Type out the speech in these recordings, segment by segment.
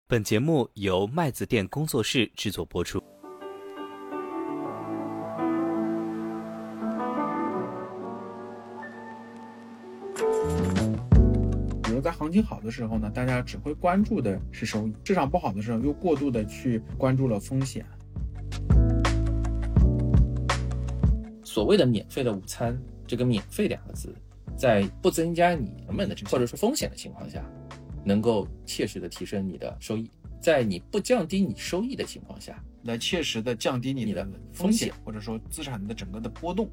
本节目由麦子店工作室制作播出。 比如在行情好的时候呢，大家只会关注的是收益；市场不好的时候，又过度的去关注了风险。 所谓的免费的午餐，这个免费两个字，在不增加你成本的或者说风险的情况下，能够切实的提升你的收益。在你不降低你收益的情况下， 来切实的降低你的风险，或者说资产的整个的波动。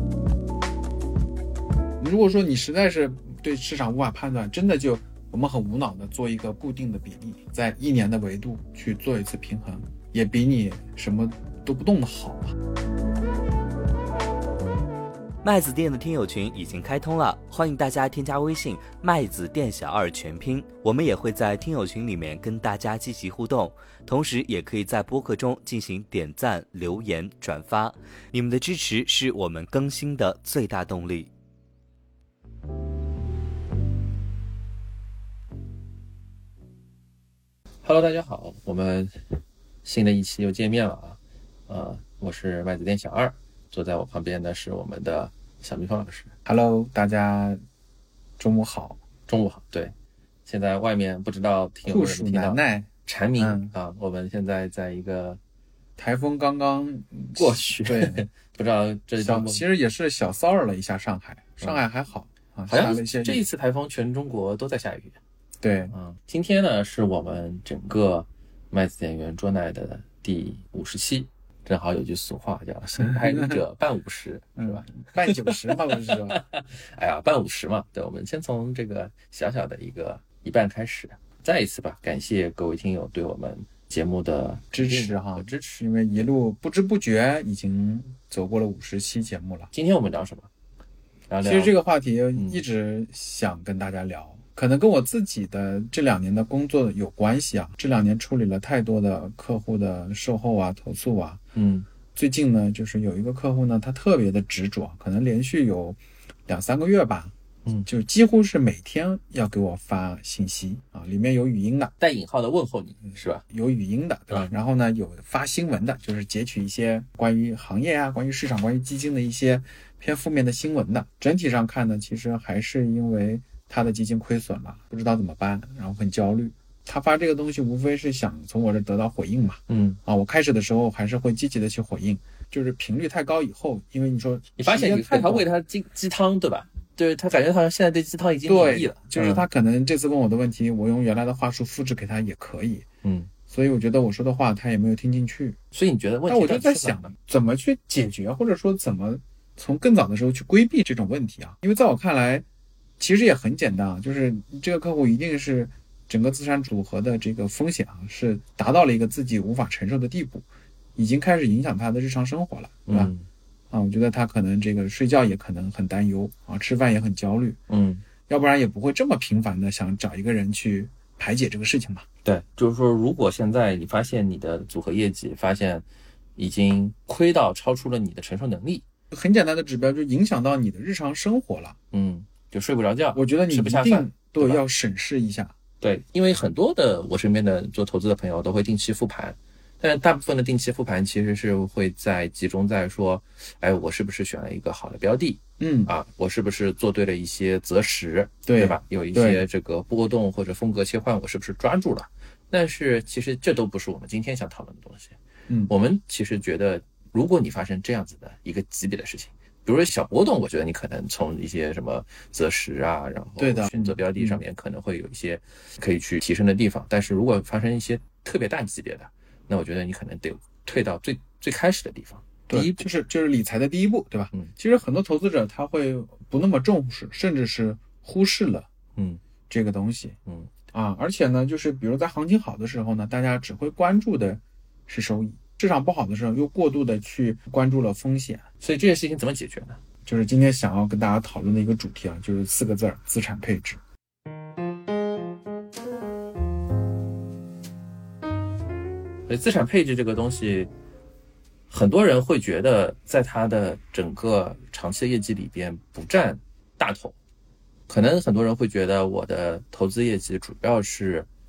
如果说你实在是对市场无法判断，真的就我们很无脑的做一个固定的比例，在1年的维度去做一次平衡，也比你什么都不动的好啊。 麦子店的听友群已经开通了，欢迎大家添加微信麦子店小二全拼，我们也会在听友群里面跟大家积极互动，同时也可以在播客中进行点赞、留言、转发，你们的支持是我们更新的最大动力。 Hello， 大家好，我们新的一期又见面了啊！我是麦子店小二，坐在我旁边的是我们的小蜜蜂老师。 Hello， 大家中午好。 中午好。对，现在外面不知道听有没有人听到蝉鸣啊！我们现在在一个台风刚刚过去， 对， 不知道这其实也是小骚扰了一下上海，上海还好啊， 好像这一次台风全中国都在下雨。 对， 今天呢是我们整个麦子店圆桌奶的第50期，正好有句俗话叫行百里者半50，是吧？ 半90嘛，不是说？ 哎呀，半50嘛。对，我们先从这个小小的一半开始，再一次吧，感谢各位听友对我们节目的支持，因为一路不知不觉已经走过了50期节目了。 今天我们聊什么？ 其实这个话题一直想跟大家聊。可能跟我自己的这2年的工作有关系啊，这2年处理了太多的客户的售后啊、投诉啊。最近呢，就是有一个客户呢，他特别的执着，可能连续有2-3个月吧，就几乎是每天要给我发信息啊，里面有语音的， 带引号的问候你，是吧？ 有语音的，对吧？然后呢，有发新闻的，就是截取一些关于行业啊、关于市场、关于基金的一些偏负面的新闻的。整体上看呢，其实还是因为他的基金亏损了，不知道怎么办，然后很焦虑。他发这个东西无非是想从我这得到回应嘛。我开始的时候还是会积极的去回应，就是频率太高以后，因为你说你发现你给他喂他鸡汤，对吧？对，他感觉好像现在对鸡汤已经免疫了。 就是他可能这次问我的问题，我用原来的话术复制给他也可以。所以我觉得我说的话他也没有听进去。 所以你觉得问题？ 但我就在想怎么去解决，或者说怎么从更早的时候去规避这种问题啊？因为在我看来其实也很简单啊，就是这个客户一定是整个资产组合的这个风险啊，是达到了一个自己无法承受的地步，已经开始影响他的日常生活了，对吧？我觉得他可能这个睡觉也可能很担忧啊，吃饭也很焦虑，要不然也不会这么频繁的想找一个人去排解这个事情嘛。 对，就是说，如果现在你发现你的组合业绩发现已经亏到超出了你的承受能力， 很简单的指标就影响到你的日常生活了， 就睡不着觉， 我觉得你一定对要审视一下。 对，因为很多的我身边的做投资的朋友都会定期复盘，但是大部分的定期复盘其实是会集中在说，哎，我是不是选了一个好的标的？我是不是做对了一些择时，对吧？有一些这个波动或者风格切换，我是不是抓住了？但是其实这都不是我们今天想讨论的东西。我们其实觉得，如果你发生这样子的一个级别的事情，比如说小波动，我觉得你可能从一些什么择时啊，然后选择标的上面可能会有一些可以去提升的地方。但是如果发生一些特别大级别的，那我觉得你可能得退到最开始的地方。第一步就是理财的第一步，对吧？其实很多投资者他会不那么重视，甚至是忽视了这个东西。而且呢，就是比如在行情好的时候呢，大家只会关注的是收益。市场不好的时候，又过度的去关注了风险， 所以这件事情怎么解决呢？ 就是今天想要跟大家讨论的一个主题啊，就是4个字：资产配置。 所以资产配置这个东西，很多人会觉得在他的整个长期的业绩里边不占大头，可能很多人会觉得我的投资业绩主要是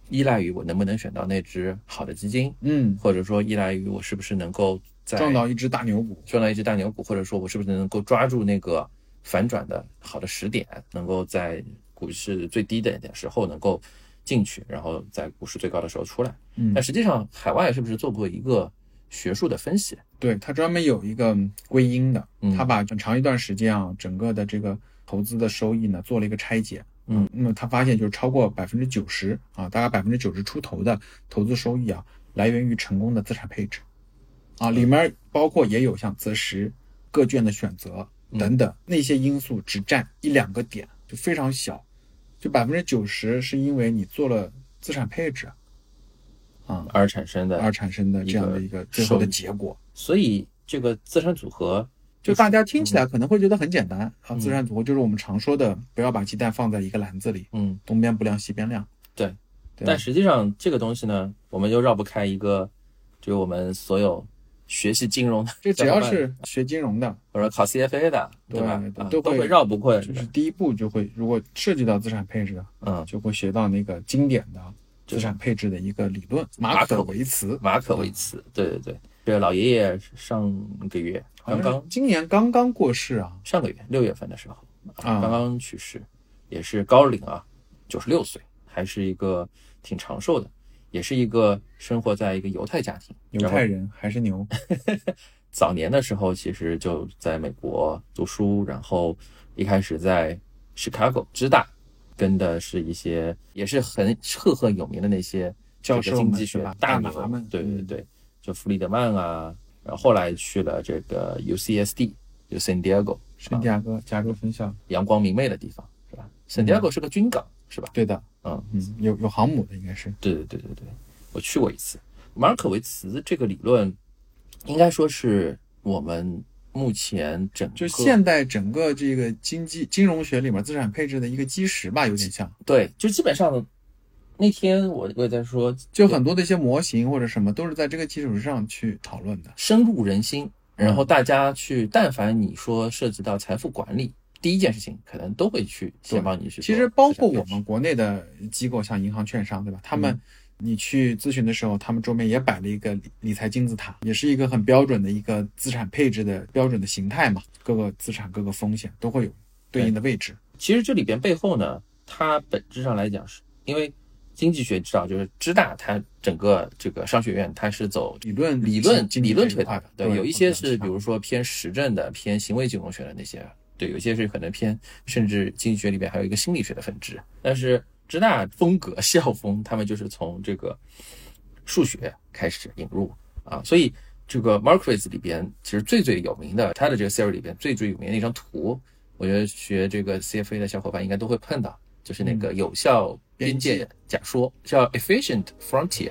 依赖于我能不能选到那只好的基金，或者说依赖于我是不是能够撞到一只大牛股， 或者说我是不是能够抓住那个反转的好的时点，能够在股市最低的时候能够进去，然后在股市最高的时候出来。但实际上海外是不是做过一个学术的分析？ 对，他专门有一个归因的，他把很长一段时间啊，整个的这个投资的收益呢做了一个拆解。那么他发现就是超过90%啊，大概90%出头的投资收益啊，来源于成功的资产配置啊，里面包括也有像择时、各券的选择等等，那些因素只占1-2个点，就非常小，就90%是因为你做了资产配置啊而产生的这样的一个最后的结果。 所以这个资产组合就大家听起来可能会觉得很简单啊，资产组合就是我们常说的不要把鸡蛋放在一个篮子里，东边不亮西边亮。 对，但实际上这个东西呢，我们又绕不开一个，就我们所有学习金融的， 这只要是学金融的或者考 CFA 的，对吧？ 都会绕不过， 就是第一步就会，如果涉及到资产配置的，就会学到那个经典的资产配置的一个理论，马可维茨， 对，这老爷爷上个月今年刚刚过世啊， 上个月6月份的时候刚刚去世，也是高龄啊，96岁，还是一个挺长寿的，也是一个生活在一个犹太家庭， 犹太人还是牛。 早年的时候其实就在美国读书，然后一开始在 Chicago 芝大跟的是一些也是很赫赫有名的那些教授经济学大牛们， 对，就弗里德曼啊，然后后来去了这个 UCSD， 就圣地亚哥加州分校， 阳光明媚的地方是吧？圣地亚哥是个军港是吧？ 对的，有航母的应该是。 对，我去过一次。马尔可维茨这个理论，应该说是我们目前就现代整个这个金融学里面资产配置的一个基石吧，有点像。 对，就基本上那天我也在说， 就很多的一些模型或者什么都是在这个基础上去讨论的， 深入人心。然后大家去，但凡你说涉及到财富管理，第一件事情可能都会去先帮你去做。 其实包括我们国内的机构，像银行、券商，对吧？他们你去咨询的时候，他们桌面也摆了一个理财金字塔，也是一个很标准的一个资产配置的标准的形态嘛。各个资产、各个风险都会有对应的位置。 其实这里边背后呢，它本质上来讲，是因为经济学知道，就是芝大它整个这个商学院，它是走理论推导的。对，有一些是比如说偏实证的、偏行为金融学的那些，对，有些是可能偏，甚至经济学里边还有一个心理学的分支。但是芝大风格校风，他们就是从这个数学开始引入啊，所以这个 Markowitz 里边其实最有名的，他的这个 theory 里边最有名的一张图，我觉得学这个 CFA 的小伙伴应该都会碰到，就是那个有效边界假说，叫 efficient frontier。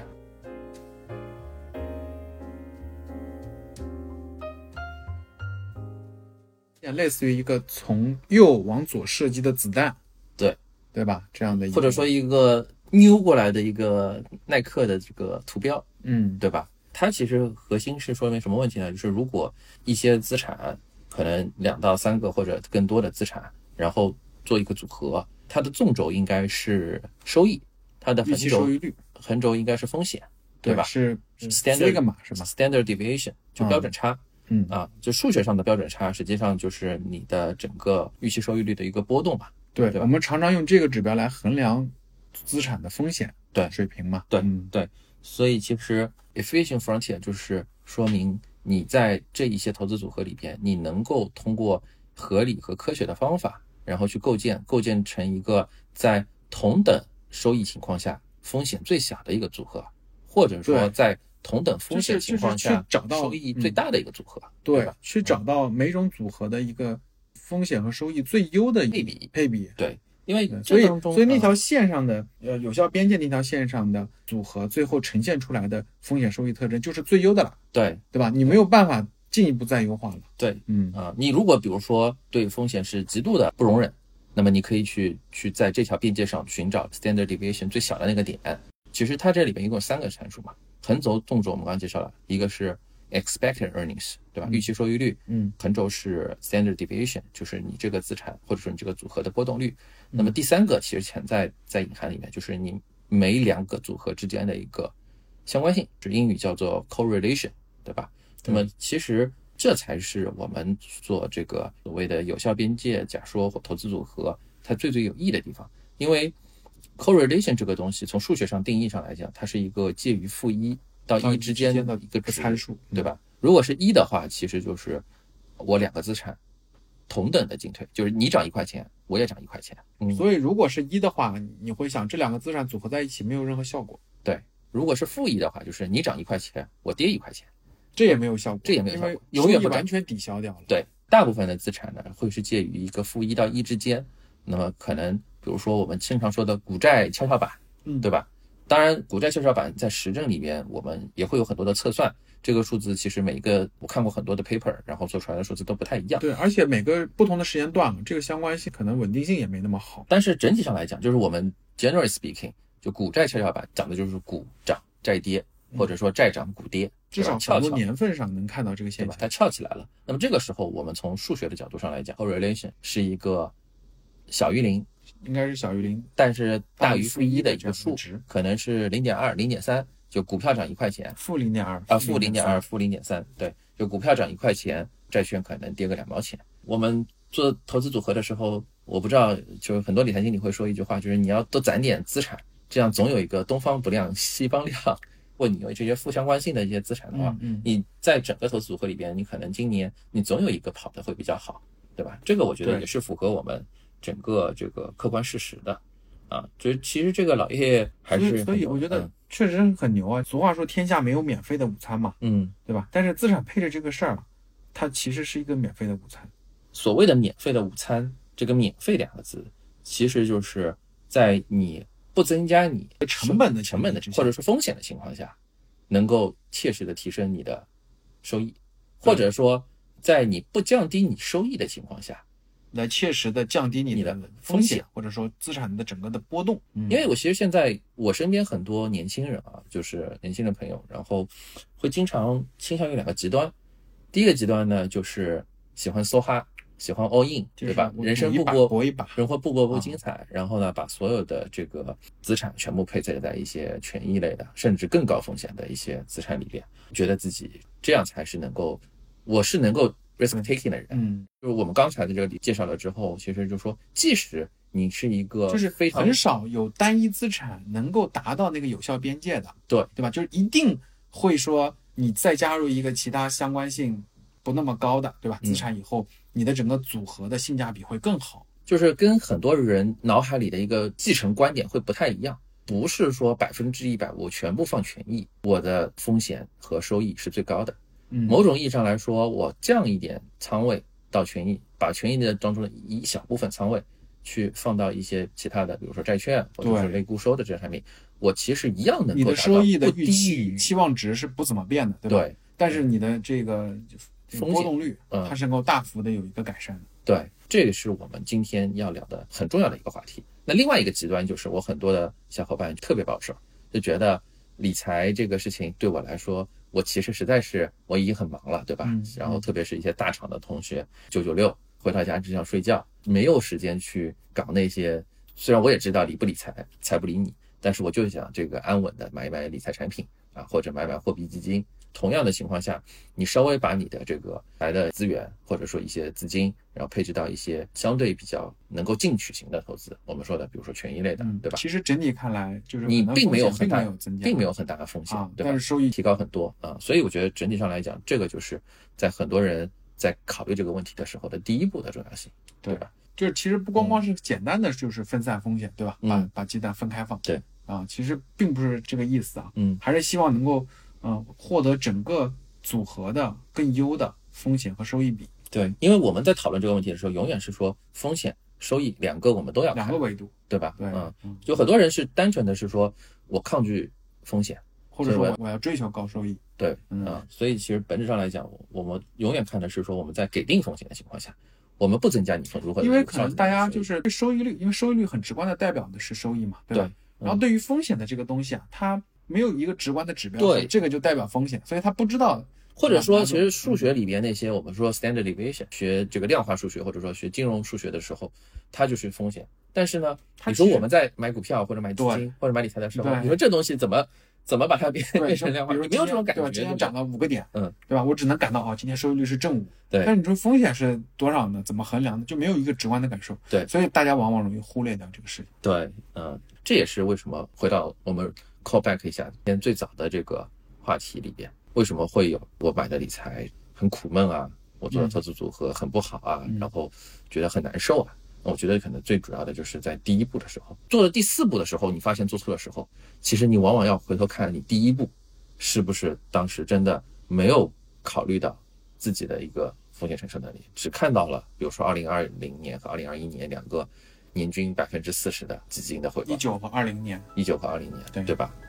类似于一个从右往左射击的子弹，对吧？这样的一个， 或者说一个扭过来的一个耐克的这个图标，对吧？它其实核心是说明什么问题呢？就是如果一些资产可能2到3个或者更多的资产，然后做一个组合，它的纵轴应该是收益，它的横轴应该是风险，对吧？ 是 standard 是吧 ？standard deviation 就标准差。就数学上的标准差，实际上就是你的整个预期收益率的一个波动嘛。 对，我们常常用这个指标来衡量资产的风险水平嘛。 对，所以其实 efficient frontier 就是说明你在这一些投资组合里边，你能够通过合理和科学的方法，然后去构建成一个在同等收益情况下风险最小的一个组合，或者说在同等风险情况下去找到收益最大的一个组合， 对吧？去找到每种组合的一个风险和收益最优的配比。 对，因为所以那条线上的有效边界那条线上的组合，最后呈现出来的风险收益特征就是最优的了。对吧？你没有办法进一步再优化了。 对，你如果比如说对风险是极度的不容忍，那么你可以去在这条边界上寻找 standard deviation 最小的那个点。其实它这里边一共有3个参数嘛，横轴、纵轴我们刚刚介绍了，一个是 expected earnings， 对吧？预期收益率。横轴是 standard deviation， 就是你这个资产或者说你这个组合的波动率。那么第3个其实潜在隐含里面，就是你每两个组合之间的一个相关性，是英语叫做 correlation， 对吧？那么其实这才是我们做这个所谓的有效边界假说或投资组合它最有益的地方。因为 correlation 这个东西从数学上定义上来讲，它是一个介于-1到1之间的一个参数， 对吧？如果是1的话，其实就是我两个资产同等的进退，就是你涨1块钱，我也涨1块钱。 所以如果是1的话，你会想这两个资产组合在一起没有任何效果。 对，如果是-1的话，就是你涨1块钱，我跌1块钱， 这也没有效果， 这也没有效果， 永远完全抵消掉了。 对，大部分的资产呢会是介于一个-1到1之间，那么可能比如说我们经常说的股债跷跷板，对吧？当然股债跷跷板在实证里面我们也会有很多的测算，这个数字其实每一个我看过很多的 paper， 然后做出来的数字都不太一样。 对，而且每个不同的时间段这个相关性可能稳定性也没那么好。 但是整体上来讲，就是我们 generally speaking， 就股债跷跷板讲的就是股涨债跌，或者说债涨股跌， 至少很多年份上能看到这个现象， 它翘起来了。那么这个时候我们从数学的角度上来讲 correlation 是一个小于0， 应该是小于0， 但是大于-1的一个数值，可能是0.2、0.3，就股票涨1块钱， 负0.2 啊，负0.2、负0.3，对，就股票涨1块钱，债券可能跌个2毛钱。我们做投资组合的时候，我不知道，就很多理财经理会说一句话，就是你要多攒点资产，这样总有一个东方不亮西方亮。或你有这些负相关性的一些资产的话，你在整个投资组合里边，你可能今年你总有一个跑的会比较好，对吧？这个我觉得也是符合我们整个这个客观事实的啊。就其实这个老叶还是， 所以我觉得确实很牛啊。俗话说天下没有免费的午餐嘛，对吧？但是资产配置这个事儿，它其实是一个免费的午餐。 所谓的免费的午餐，这个免费2个字，其实就是在你不增加你成本的或者说风险的情况下，能够切实的提升你的收益，或者说在你不降低你收益的情况下， 来切实的降低你的风险，或者说资产的整个的波动。 因为我其实现在我身边很多年轻人啊，就是年轻的朋友，然后会经常倾向于2个极端。第一个极端呢，就是喜欢梭哈，喜欢 all in， 对吧？人生步步精彩，然后呢，把所有的这个资产全部配置在一些权益类的，甚至更高风险的一些资产里边，觉得自己这样才是能够，我是能够 risk taking 的人。就是我们刚才的这个介绍了之后，其实就说，即使你是一个就是非常很少有单一资产能够达到那个有效边界的， 对吧？就是一定会说你再加入一个其他相关性不那么高的，对吧？资产以后，你的整个组合的性价比会更好。 就是跟很多人脑海里的一个继承观点会不太一样，不是说100%我全部放权益，我的风险和收益是最高的。某种意义上来说，我降一点仓位到权益，把权益的当中的一小部分仓位去放到一些其他的，比如说债券或者是类固收的这些产品，我其实一样能够你的收益的预期期望值是不怎么变的，对吧？ 对， 但是你的这个波动率，它是能够大幅的有一个改善的。 对，这个是我们今天要聊的很重要的一个话题。那另外一个极端就是我很多的小伙伴特别保守，就觉得理财这个事情对我来说，我其实实在是我已经很忙了，对吧？然后特别是一些大厂的同学，996回到家只想睡觉，没有时间去搞那些，虽然我也知道理不理财，财不理你，但是我就想这个安稳的买一买理财产品啊，或者买买货币基金。同样的情况下，你稍微把你的这个来的资源或者说一些资金，然后配置到一些相对比较能够进取型的投资，我们说的比如说权益类的，对吧？ 其实整体看来就是你并没有很大的风险，对吧？ 但是收益提高很多啊，所以我觉得整体上来讲，这个就是在很多人在考虑这个问题的时候的第一步的重要性，对吧？ 就是其实不光光是简单的就是分散风险，对吧？把鸡蛋分开放， 对啊，其实并不是这个意思啊，还是希望能够获得整个组合的更优的风险和收益比。 对，因为我们在讨论这个问题的时候，永远是说风险、收益两个我们都要看， 两个维度， 对吧？ 对， 就很多人是单纯的是说我抗拒风险， 或者说我要追求高收益。 对，所以其实本质上来讲，我们永远看的是说我们在给定风险的情况下，我们不增加你如何， 因为可能大家就是对收益率，因为收益率很直观的代表的是收益嘛，对吧？然后对于风险的这个东西啊，它没有一个直观的指标， 对， 这个就代表风险，所以他不知道或者说其实数学里边那些我们说 standard deviation 学这个量化数学或者说学金融数学的时候，它就是风险。但是呢，你说我们在买股票或者买基金或者买理财的时候，你说这东西怎么把它变成量化？你没有这种感觉。 今天涨了5个点，对吧？我只能感到今天收益率是正5， 对。 但是你说风险是多少呢？怎么衡量呢？就没有一个直观的感受。 对， 所以大家往往容易忽略掉这个事情。 对，这也是为什么回到我们 call back 一下今天最早的这个话题里边，为什么会有我买的理财很苦闷啊，我做的投资组合很不好啊，然后觉得很难受啊。我觉得可能最主要的就是在第一步的时候，做了第4步的时候，你发现做错的时候，其实你往往要回头看你第一步是不是当时真的没有考虑到自己的一个风险承受能力，只看到了比如说2020年和2021年2个年均40%的基金的回报 ，19和20年 ，19和20年，对吧？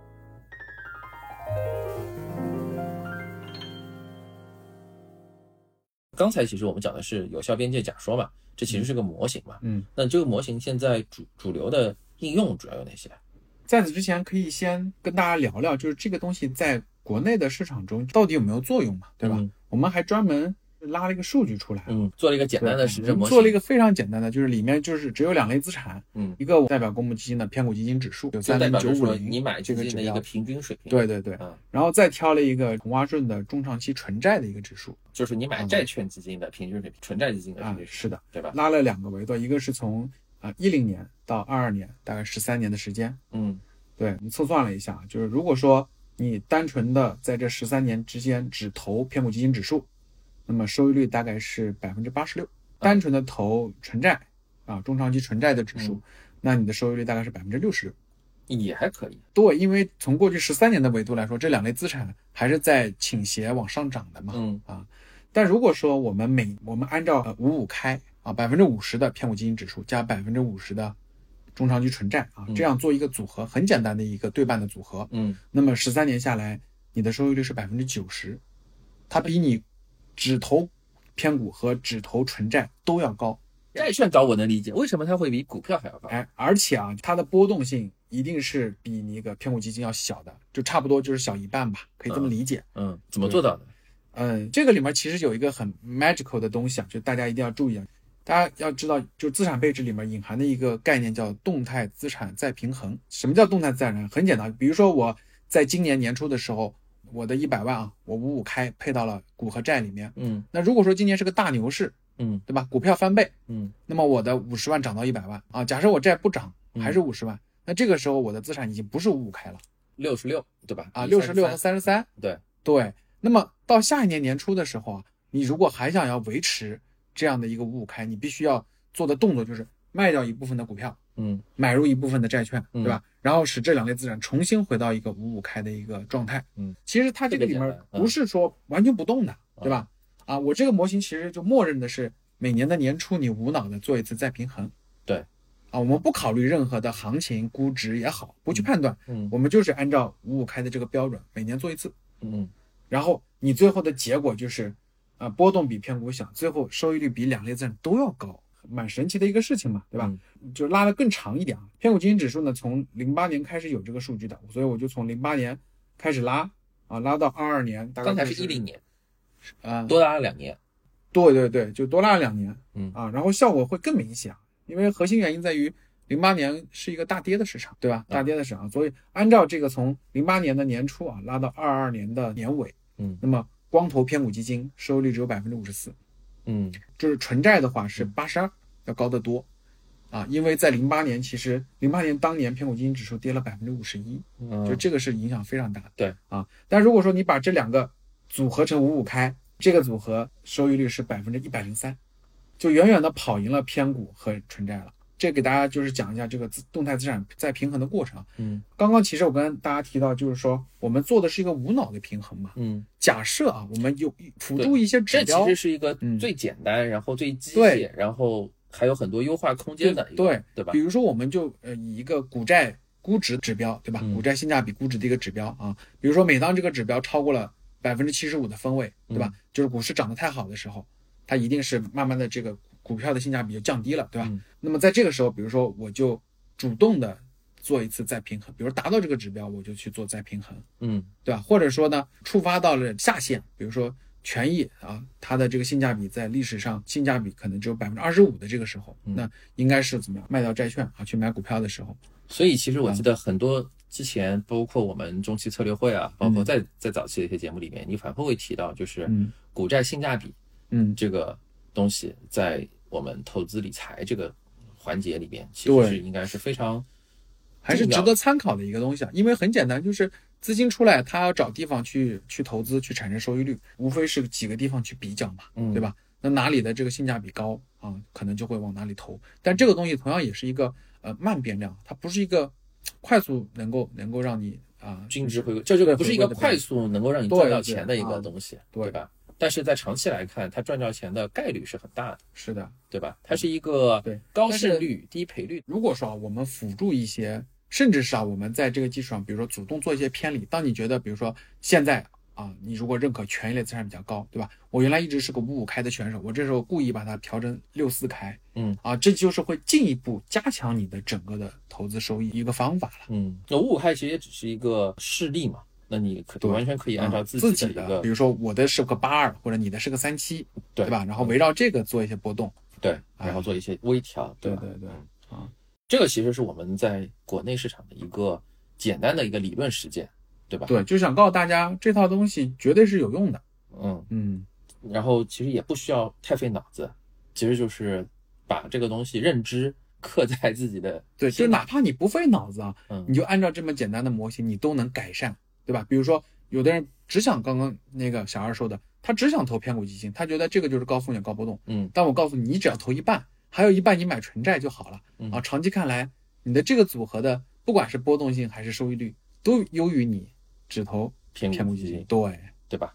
刚才其实我们讲的是有效边界假说嘛，这其实是个模型嘛。那这个模型现在主流的应用主要有哪些？ 在此之前可以先跟大家聊聊，就是这个东西在国内的市场中到底有没有作用嘛，对吧？我们还专门拉了一个数据出来， 做了一个简单的实证模型， 做了一个非常简单的，就是里面就是只有2类资产，一个代表公募基金的偏股基金指数，有30950， 你买基金的一个平均水平， 对，然后再挑了一个同花顺的中长期纯债的一个指数， 就是你买债券基金的平均水平，纯债基金的平均水平， 是的， 对吧？ 拉了2个维度，一个是从10年到22年，大概13年的时间，对，你测算了一下，就是如果说你单纯的在这13年之间只投偏股基金指数，那么收益率大概是86%，单纯的投纯债中长期纯债的指数，那你的收益率大概是66%， 也还可以。 对，因为从过去13年的维度来说，这2类资产还是在倾斜往上涨的嘛，但如果说我们按照55开50%的偏股基金指数加50%的中长期纯债这样做一个组合，很简单的一个对半的组合，那么13年下来，你的收益率是90%，它比你只投偏股和只投纯债都要高。 债券高我能理解，为什么它会比股票还要高？ 而且它的波动性一定是比你一个偏股基金要小的，就差不多就是小一半吧，可以这么理解。 怎么做到的？ 这个里面其实有一个很 magical 的东西就大家一定要注意大家要知道，就资产配置里面隐含的一个概念叫动态资产再平衡。什么叫动态资产？很简单，比如说我在今年年初的时候，我的100万我55开配到了股和债里面，那如果说今年是个大牛市，对吧？股票翻倍，那么我的50万涨到100万假设我债不涨，还是50万，那这个时候我的资产已经不是55开了 ，66，对吧 ？66和33，对。那么到下一年年初的时候你如果还想要维持这样的一个55开，你必须要做的动作就是卖掉一部分的股票，买入一部分的债券，对吧？然后使这2类资产重新回到一个55开的一个状态。其实它这个里面不是说完全不动的，对吧？我这个模型其实就默认的是每年的年初你无脑的做一次再平衡。 对， 我们不考虑任何的行情、估值也好，不去判断，我们就是按照55开的这个标准每年做一次。然后你最后的结果就是波动比偏股小，最后收益率比2类资产都要高，蛮神奇的一个事情嘛，对吧？就拉得更长一点偏股基金指数呢，从08年开始有这个数据的，所以我就从08年开始拉到22年，大概刚才是10年，多拉了2年。 对，就多拉了2年，然后效果会更明显，因为核心原因在于08年是一个大跌的市场，对吧？大跌的市场，所以按照这个从08年的年初拉到22年的年尾，那么光投偏股基金收益率只有54%，就是纯债的话是82%，要高得多因为在08年，其实08年当年偏股基金指数跌了51%，就这个是影响非常大的。 对但如果说你把这2个组合成55开，这个组合收益率是103%，就远远的跑赢了偏股和纯债了。这给大家就是讲一下这个动态资产再平衡的过程。刚刚其实我跟大家提到，就是说我们做的是一个无脑的平衡嘛。假设我们有辅助一些指标， 这其实是一个最简单，然后最机械，然后还有很多优化空间的一个，对吧？ 比如说我们就以一个股债估值指标，对吧？股债性价比估值的一个指标比如说每当这个指标超过了75%的分位，对吧？就是股市涨得太好的时候，它一定是慢慢的这个股票的性价比就降低了，对吧？那么在这个时候，比如说我就主动的做一次再平衡，比如达到这个指标我就去做再平衡，对吧？或者说呢触发到了下限，比如说权益啊，它的这个性价比在历史上性价比可能只有25%的这个时候，那应该是怎么样卖掉债券啊去买股票的时候。 所以其实我记得很多之前包括我们中期策略会啊，包括在早期的一些节目里面，你反复会提到就是股债性价比这个东西在我们投资理财这个环节里面其实是应该是非常还是值得参考的一个东西啊。因为很简单，就是资金出来它要找地方去投资去产生收益率，无非是几个地方去比较嘛，对吧？那哪里的这个性价比高啊，可能就会往哪里投。但这个东西同样也是一个慢变量，它不是一个快速能够让你均值回归，这就不是一个快速能够让你赚到钱的一个东西，对吧？但是在长期来看，它赚到钱的概率是很大的， 是的， 对吧？它是一个高胜率低赔率。 如果说我们辅助一些，甚至是我们在这个基础上，比如说主动做一些偏离，当你觉得比如说现在你如果认可权益类资产比较高，对吧？我原来一直是个55开的选手，我这时候故意把它调成64开，这就是会进一步加强你的整个的投资收益一个方法了。 那55开其实也只是一个示例嘛，那你完全可以按照自己的一个， 比如说我的是个82，或者你的是个37，对吧？然后围绕这个做一些波动， 对，然后做一些微调， 对吧？对，这个其实是我们在国内市场的一个简单的一个理论实践。对吧？ 对，就想告诉大家这套东西绝对是有用的。 然后其实也不需要太费脑子，其实就是把这个东西认知刻在自己的， 对，就哪怕你不费脑子你就按照这么简单的模型，你都能改善，对吧？比如说有的人只想刚刚那个小二说的，他只想投偏股基金，他觉得这个就是高风险高波动。但我告诉你，你只要投一半，还有一半你买纯债就好了。长期看来，你的这个组合的不管是波动性还是收益率，都优于你只投偏股基金， 对吧？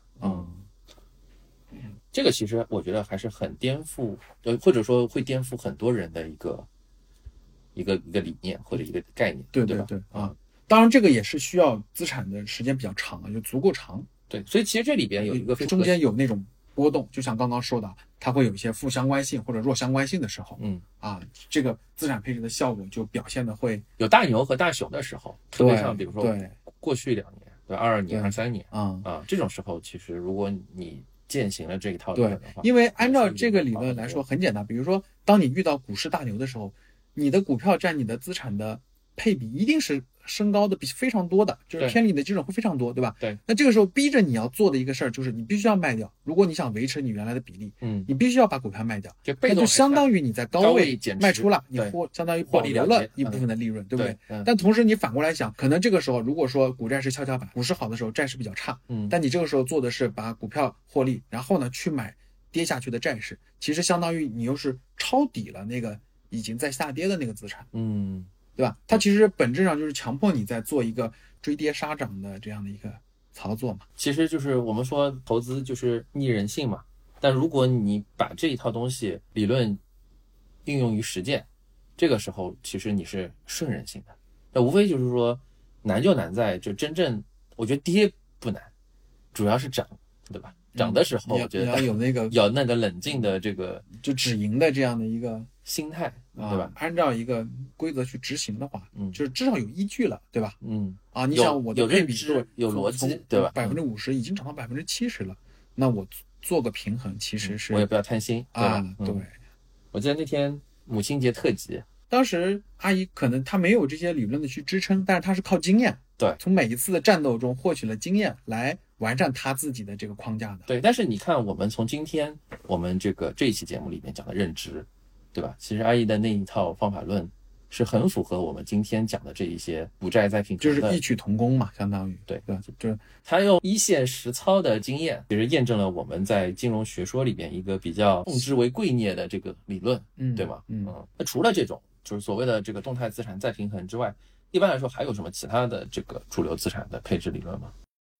这个其实我觉得还是很颠覆，或者说会颠覆很多人的一个理念或者一个概念， 对吧？ 当然这个也是需要资产的时间比较长就足够长。 对，所以其实这里边有一个中间有那种波动，就像刚刚说的，它会有一些负相关性或者弱相关性的时候，这个资产配置的效果就表现的会有大牛和大熊的时候，特别像比如说过去2年，对，22年、23年这种时候，其实如果你践行了这一套理论的话， 因为按照这个理论来说很简单，比如说当你遇到股市大牛的时候，你的股票占你的资产的配比一定是升高的比非常多的，就是偏离的基准会非常多，对吧？ 对。 那这个时候逼着你要做的一个事儿就是你必须要卖掉，如果你想维持你原来的比例，你必须要把股票卖掉，那就相当于你在高位卖出了，你相当于保留了一部分的利润，对不对？但同时你反过来想，可能这个时候如果说股债是跷跷板，股市好的时候债市比较差，但你这个时候做的是把股票获利，然后呢去买跌下去的债市，其实相当于你又是抄底了那个已经在下跌的那个资产，对吧？它其实本质上就是强迫你在做一个追跌杀涨的这样的一个操作嘛。 其实就是我们说投资就是逆人性嘛，但如果你把这一套东西理论应用于实践，这个时候其实你是顺人性的。那无非就是说难就难在就真正，我觉得跌不难，主要是涨，对吧？涨的时候我觉得要有那个冷静的这个就止盈的这样的一个心态，对吧？ 按照一个规则去执行的话，就是至少有依据了，对吧？你想我的有认知有逻辑，对吧 ？50%已经涨到70%了，那我做个平衡其实是我也不要贪心，对吧？ 对。 我记得那天母亲节特辑， 当时阿姨可能她没有这些理论的去支撑，但是她是靠经验， 对， 从每一次的战斗中获取了经验来完善她自己的这个框架的。 对，但是你看我们从今天我们这一期节目里面讲的认知，对吧？其实阿姨的那一套方法论是很符合我们今天讲的这一些股债再平衡的， 就是异曲同工嘛，相当于对吧？就是他用一线实操的经验，其实验证了我们在金融学说里面一个比较奉之为圭臬的这个理论，对吗？那除了这种就是所谓的这个动态资产再平衡之外，一般来说还有什么其他的这个主流资产的配置理论吗？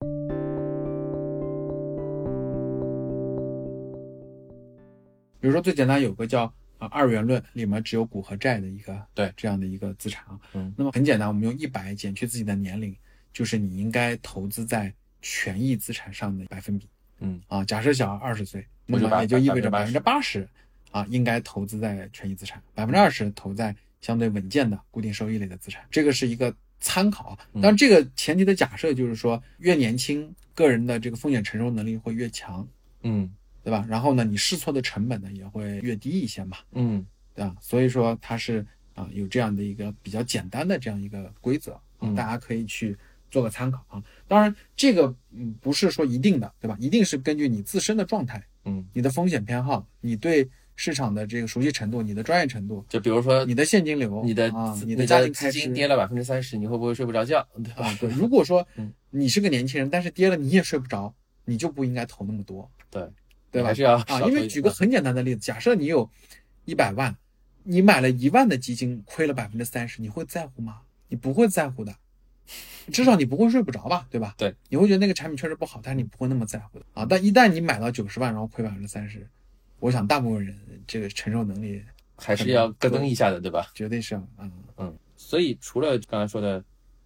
比如说最简单有个叫二元论，里面只有股和债的一个这样的一个资产那么很简单，我们用100减去自己的年龄，就是你应该投资在权益资产上的百分比。假设小孩20岁，那么也就意味着80%应该投资在权益资产，20%投在相对稳健的固定收益类的资产，这个是一个参考。当然这个前提的假设就是说越年轻个人的这个风险承受能力会越强，对吧？然后呢你试错的成本呢也会越低一些嘛，对吧？所以说它是有这样的一个比较简单的这样一个规则，大家可以去做个参考啊。当然这个不是说一定的，对吧？一定是根据你自身的状态，你的风险偏好，你对市场的这个熟悉程度，你的专业程度， 就比如说你的现金流， 你的家庭开支资金跌了30%，你会不会睡不着觉？ 对，如果说你是个年轻人，但是跌了你也睡不着，你就不应该投那么多，对吧？ 还是要因为举个很简单的例子，假设你有100万，你买了1万的基金，亏了30%，你会在乎吗？你不会在乎的，至少你不会睡不着吧，对吧？ 对， 你会觉得那个产品确实不好，但是你不会那么在乎的啊。但一旦你买到90万，然后亏30%，我想大部分人这个承受能力还是要咯噔一下的，对吧？ 绝对是所以除了刚才说的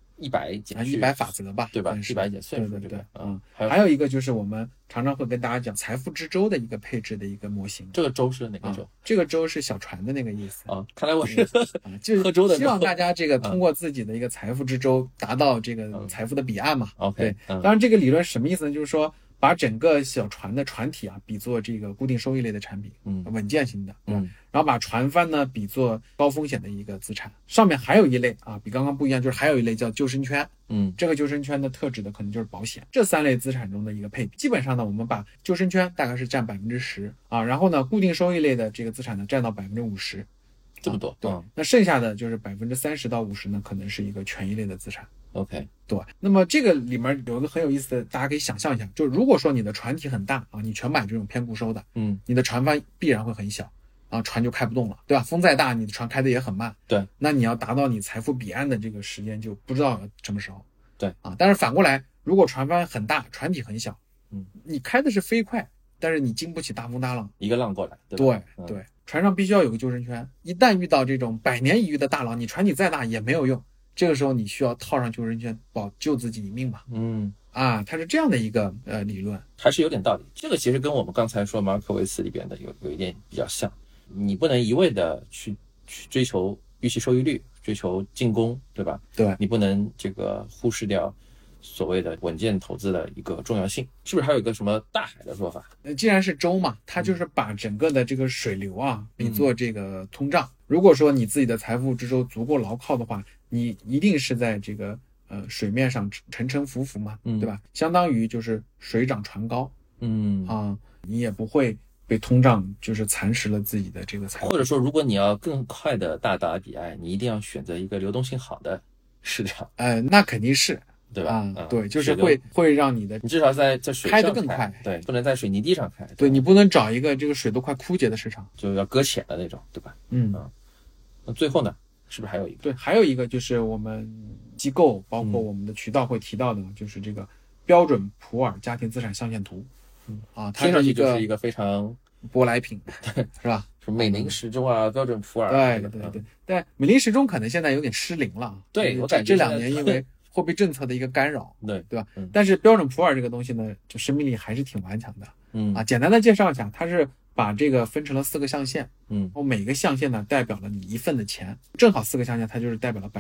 100减去 100法则吧， 对吧？100减岁数， 对，还有一个就是我们常常会跟大家讲财富之舟的一个配置的一个模型。 这个舟是哪个舟？ 这个舟是小船的那个意思啊。看来我是就是喝粥的。 希望大家这个通过自己的一个财富之舟达到这个财富的彼岸嘛。 OK， 当然这个理论是什么意思呢？就是说把整个小船的船体比作这个固定收益类的产品，稳健型的，然后把船帆呢比作高风险的一个资产。上面还有一类比刚刚不一样，就是还有一类叫救生圈。这个救生圈的特指的可能就是保险。这3类资产中的一个配比，基本上呢，我们把救生圈大概是占10%然后呢，固定收益类的这个资产呢占到50%， 这么多。 对，那剩下的就是30%到50%呢，可能是一个权益类的资产。 OK， 对。那么这个里面有一个很有意思的，大家可以想象一下，就如果说你的船体很大你全买这种偏固收的，你的船帆必然会很小船就开不动了，对吧？风再大，你的船开得也很慢， 对。 那你要达到你财富彼岸的这个时间就不知道什么时候， 对但是反过来，如果船帆很大，船体很小，你开的是飞快，但是你经不起大风大浪， 一个浪过来， 对，船上必须要有个救生圈，一旦遇到这种百年一遇的大浪，你船体再大也没有用，这个时候你需要套上救生圈保救自己一命嘛。它是这样的一个理论， 还是有点道理。这个其实跟我们刚才说马尔科维茨里边的有一点比较像，你不能一味的去追求预期收益率，追求进攻，对吧？ 对， 你不能这个忽视掉所谓的稳健投资的一个重要性。是不是还有一个什么大海的说法？ 既然是舟嘛，它就是把整个的这个水流比作这个通胀。如果说你自己的财富之舟足够牢靠的话，你一定是在这个水面上沉沉浮浮嘛，对吧？相当于就是水涨船高，你也不会被通胀就是蚕食了自己的这个财富。 或者说，如果你要更快的大达彼岸，你一定要选择一个流动性好的市场。 那肯定是， 对吧？ 对，就是会让你的你至少在水上开得更快， 对，不能在水泥地上开。 对，你不能找一个这个水都快枯竭的市场， 就要搁浅的那种，对吧？那最后呢？是不是还有一个？ 对，还有一个就是我们机构包括我们的渠道会提到的，就是这个标准普尔家庭资产象限图。它听上去就是一个非常舶来品，是吧？ 什么美林时钟标准普尔。 对。但美林时钟可能现在有点失灵了。 对，我感觉这2年因为货币政策的一个干扰，对吧？但是标准普尔这个东西呢，就生命力还是挺顽强的。简单的介绍一下，它是把这个分成了4个象限，每个象限呢代表了你一份的钱，正好4个象限它就是代表了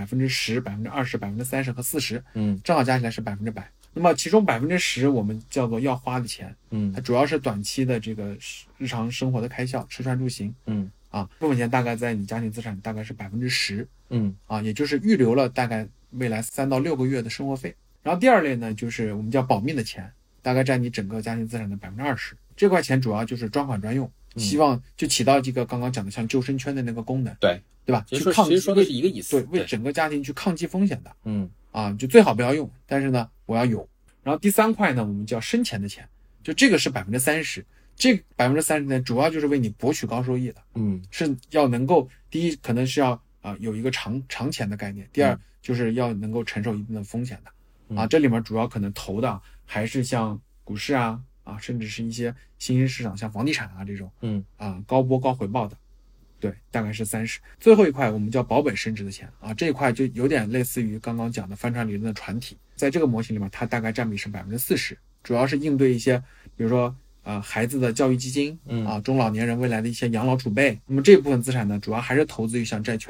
10%、20%、30%和40%，正好加起来是100%。那么其中10%我们叫做要花的钱，它主要是短期的这个日常生活的开销，吃穿住行，部分钱大概在你家庭资产大概是10%，也就是预留了大概未来3到6个月的生活费。然后第2类呢，就是我们叫保命的钱，大概占你整个家庭资产的20%。这块钱主要就是专款专用，希望就起到这个刚刚讲的像救生圈的那个功能，对吧？ 其实说的是一个意思， 对，为整个家庭去抗击风险的，就最好不要用，但是呢，我要有。然后第3块呢，我们叫生钱的钱，就这个是30%，这30%呢，主要就是为你博取高收益的，是要能够第一可能是要有一个长钱的概念，第2就是要能够承受一定的风险的，这里面主要可能投的还是像股市甚至是一些新兴市场，像房地产这种，高波高回报的，对，大概是30%。最后一块我们叫保本升值的钱这一块就有点类似于刚刚讲的帆船理论的船体，在这个模型里面，它大概占比是40%，主要是应对一些，比如说孩子的教育基金中老年人未来的一些养老储备。那么这部分资产呢，主要还是投资于像债券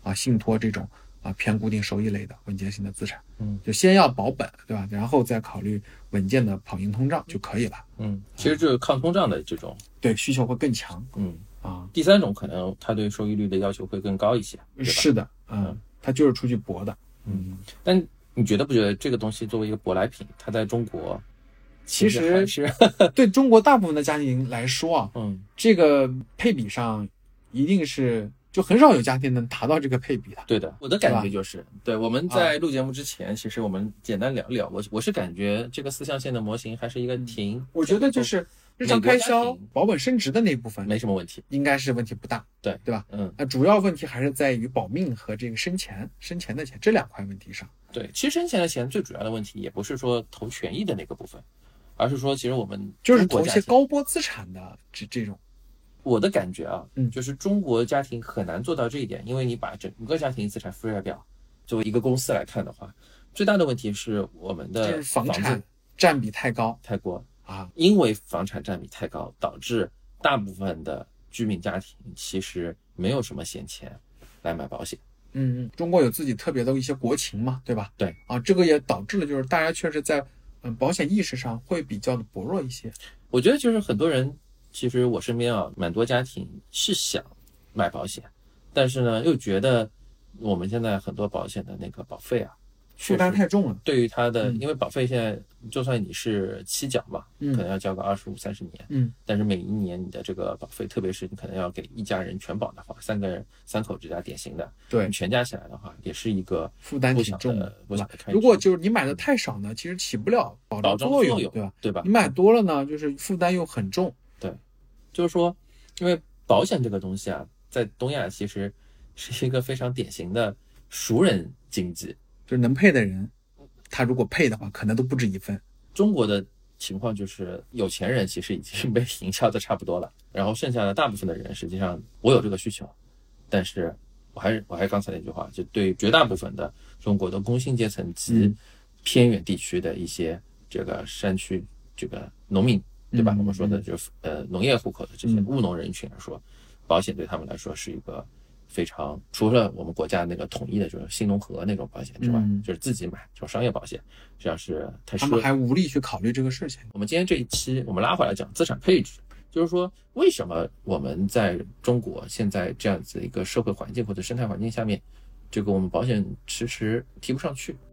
信托这种偏固定收益类的稳健型的资产。就先要保本，对吧？然后再考虑稳健的跑赢通胀就可以了。 其实就是抗通胀的这种， 对，需求会更强。 第三种可能它对收益率的要求会更高一些，对吧？ 是的，它就是出去搏的。 但你觉得不觉得这个东西作为一个舶来品，它在中国其实还是对中国大部分的家庭来说这个配比上一定是就很少有家庭能达到这个配比的。 对的，我的感觉就是，对，我们在录节目之前，其实我们简单聊一聊，我是感觉这个4象限的模型还是一个我觉得就是日常开销保本升值的那部分没什么问题， 应该是问题不大， 对吧？那主要问题还是在于保命和这个生钱的钱这2块问题上。 对，其实生钱的钱最主要的问题也不是说投权益的那个部分，而是说其实我们就是投一些高波资产的这种。 我的感觉就是中国家庭很难做到这一点，因为你把整个家庭资产负债表作为一个公司来看的话，最大的问题是我们的就是房产占比太高因为房产占比太高，导致大部分的居民家庭其实没有什么闲钱来买保险。 中国有自己特别的一些国情嘛，对吧？ 对这个也导致了就是大家确实在保险意识上会比较的薄弱一些。 我觉得就是很多人，其实我身边蛮多家庭是想买保险，但是呢又觉得我们现在很多保险的那个保费负担太重了， 对于它的因为保费现在就算你是期缴嘛，可能要交个25-30年，但是每一年你的这个保费，特别是你可能要给一家人全保的话，3口之家典型的， 对， 你全加起来的话也是一个负担挺重的， 不小的开支。 如果就是你买的太少呢，其实起不了保障作用， 对吧？ 你买多了呢，就是负担又很重。 对，就是说因为保险这个东西在东亚其实是一个非常典型的熟人经济， 就是能配的人，他如果配的话，可能都不止一份。 中国的情况就是有钱人其实已经被营销的差不多了，然后剩下的大部分的人，实际上我有这个需求，但是我还是刚才那句话，就对绝大部分的中国的工薪阶层及偏远地区的一些这个山区这个农民，对吧？我们说的就是农业户口的这些务农人群来说，保险对他们来说是一个非常，除了我们国家那个统一的就是新农合那种保险之外，就是自己买这种商业保险，实际上是太他们还无力去考虑这个事情。 我们今天这一期我们拉回来讲资产配置，就是说为什么我们在中国现在这样子一个社会环境或者生态环境下面，这个我们保险迟迟提不上去。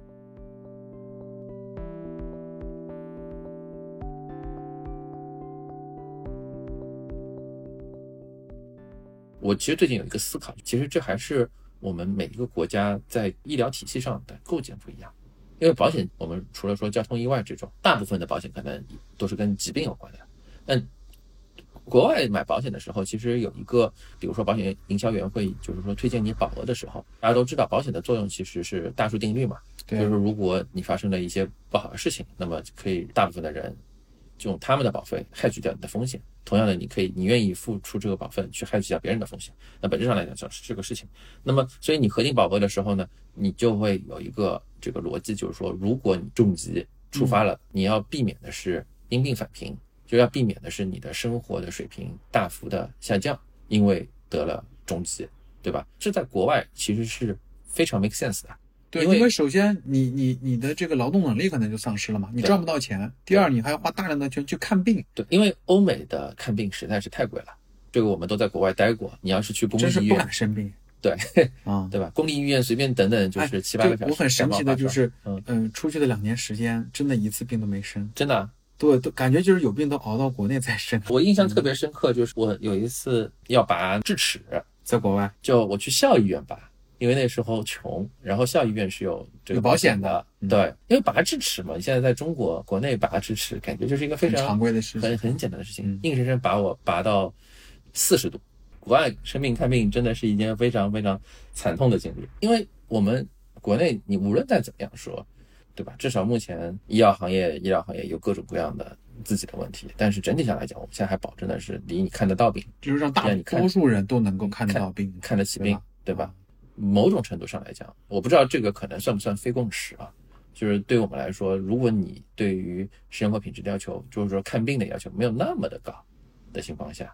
我其实最近有一个思考，其实这还是我们每一个国家在医疗体系上的构建不一样。因为保险我们除了说交通意外这种，大部分的保险可能都是跟疾病有关的，但国外买保险的时候，其实有一个比如说保险营销员会就是说推荐你保额的时候，大家都知道保险的作用其实是大数定律嘛，就是如果你发生了一些不好的事情，那么可以大部分的人就用他们的保费害取掉你的风险，同样的你愿意付出这个保费去害取掉别人的风险，那本质上来讲是这个事情。那么所以你核定保额的时候呢，你就会有一个这个逻辑，就是说如果你重疾触发了，你要避免的是因病返贫，就要避免的是你的生活的水平大幅的下降，因为得了重疾，对吧？这在国外其实是非常 make sense 的。 对，因为首先你的这个劳动能力可能就丧失了嘛，你赚不到钱。第二，你还要花大量的钱去看病。 对，因为欧美的看病实在是太贵了，这个我们都在国外待过。你要是去公立医院， 真是不敢生病。 对对吧？公立医院随便等等就是7-8个小时。 我很神奇的就是，出去的2年时间，真的一次病都没生。 真的。 对，都感觉就是有病都熬到国内再生。 我印象特别深刻，就是我有一次要拔智齿， 在国外， 就我去校医院拔。因为那时候穷，然后校医院是有这个保险的， 对，因为拔智齿嘛，你现在在中国国内拔智齿，感觉就是一个非常常规的事情， 很简单的事情，硬生生把我拔到40度。国外生病看病真的是一件非常非常惨痛的经历，因为我们国内你无论再怎么样说，对吧？至少目前医疗行业有各种各样的自己的问题，但是整体上来讲，我们现在还保证的是离你看得到病， 就是让大多数人都能够看得到病， 看得起病，对吧？某种程度上来讲，我不知道这个可能算不算非共识就是对我们来说，如果你对于生活品质的要求，就是说看病的要求没有那么的高的情况下，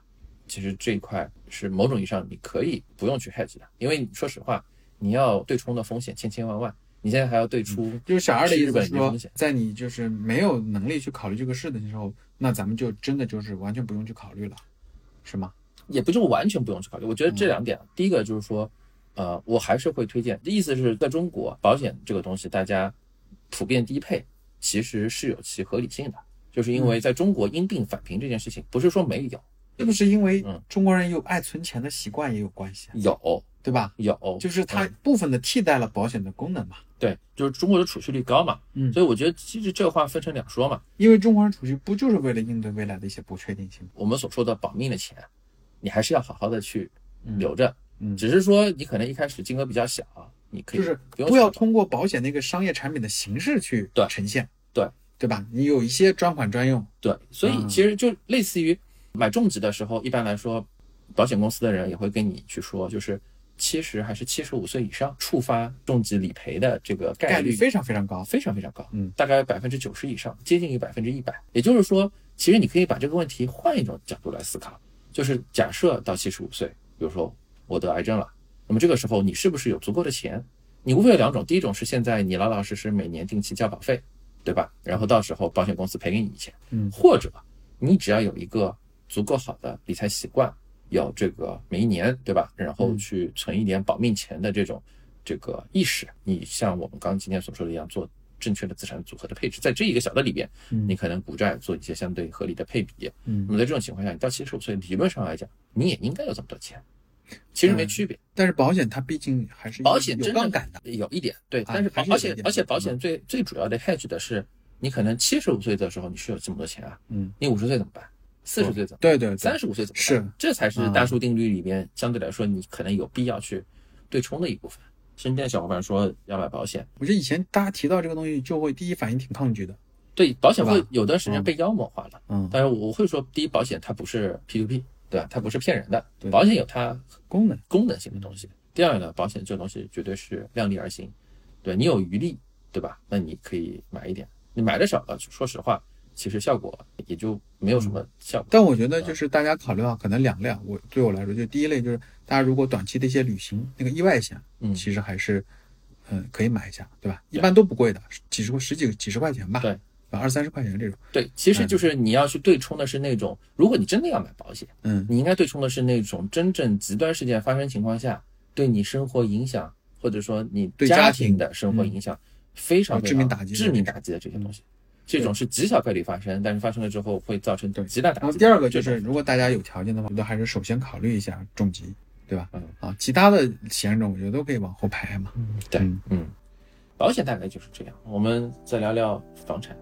其实这一块是某种意义上你可以不用去 hedge 的，因为说实话，你要对冲的风险千千万万，你现在还要对出， 就是小二的意思是说，在你就是没有能力去考虑这个事的时候，那咱们就真的就是完全不用去考虑了，是吗？ 也不是完全不用去考虑，我觉得这两点，第一个就是说，我还是会推荐，意思是在中国保险这个东西，大家普遍低配其实是有其合理性的，就是因为在中国因病返贫这件事情，不是说没有。 是不是因为中国人有爱存钱的习惯也有关系？ 有， 对吧？ 有， 就是它部分的替代了保险的功能嘛。 对，就是中国的储蓄率高嘛。所以我觉得其实这话分成两说嘛。 因为中国人储蓄不就是为了应对未来的一些不确定性？ 我们所说的保命的钱，你还是要好好的去留着。只是说你可能一开始金额比较小，你可以就是不要通过保险那个商业产品的形式去呈现。对吧？你有一些专款专用。 对，所以其实就类似于买重疾的时候，一般来说，保险公司的人也会跟你去说，就是70还是75岁以上触发重疾理赔的这个概率非常非常高， 非常非常高，大概90%以上，接近于100%。也就是说，其实你可以把这个问题换一种角度来思考，就是假设到75岁，比如说我得癌症了，那么这个时候你是不是有足够的钱？你无非有两种，第一种是现在你老老实实每年定期交保费，对吧？然后到时候保险公司赔给你钱，或者你只要有一个足够好的理财习惯，有这个每一年，对吧？然后去存一点保命钱的这个意识，你像我们刚刚今天所说的一样，做正确的资产组合的配置，在这一个小的里边，你可能股债做一些相对合理的配比。那么在这种情况下，你到75岁，理论上来讲，你也应该有这么多钱，其实没区别。 但是保险它毕竟还是保险有杠杆的， 有一点对，但是而且保险最主要的 hedge 的是，你可能75岁的时候你是有这么多钱啊，你50岁怎么办？40岁怎么办？ 对 ，35岁怎么办？ 是， 这才是大数定律里边相对来说你可能有必要去对冲的一部分。身边的小伙伴说要买保险， 我觉得以前大家提到这个东西就会第一反应挺抗拒的。 对，保险会有段时间被妖魔化了。但是我会说，第一，保险它不是 P2P， 对吧？它不是骗人的，保险有它功能性的东西。第二呢，保险这个东西绝对是量力而行，对你有余力，对吧？那你可以买一点，你买的少了，说实话，其实效果也就没有什么效果。 但我觉得就是大家考虑到可能两类，对我来说，就第一类就是大家如果短期的一些旅行那个意外险，其实还是可以买一下，对吧？一般都不贵的，几十块钱吧， 对 ，20-30块钱这种。 对，其实就是你要去对冲的是那种，如果你真的要买保险，你应该对冲的是那种真正极端事件发生情况下对你生活影响，或者说你家庭的生活影响非常非常致命打击的这些东西。这种是极小概率发生，但是发生了之后会造成极大打击。 然后第二个就是，如果大家有条件的话，我觉得还是首先考虑一下重疾，对吧？其他的险种我觉得都可以往后排嘛。 对，保险大概就是这样。我们再聊聊房产。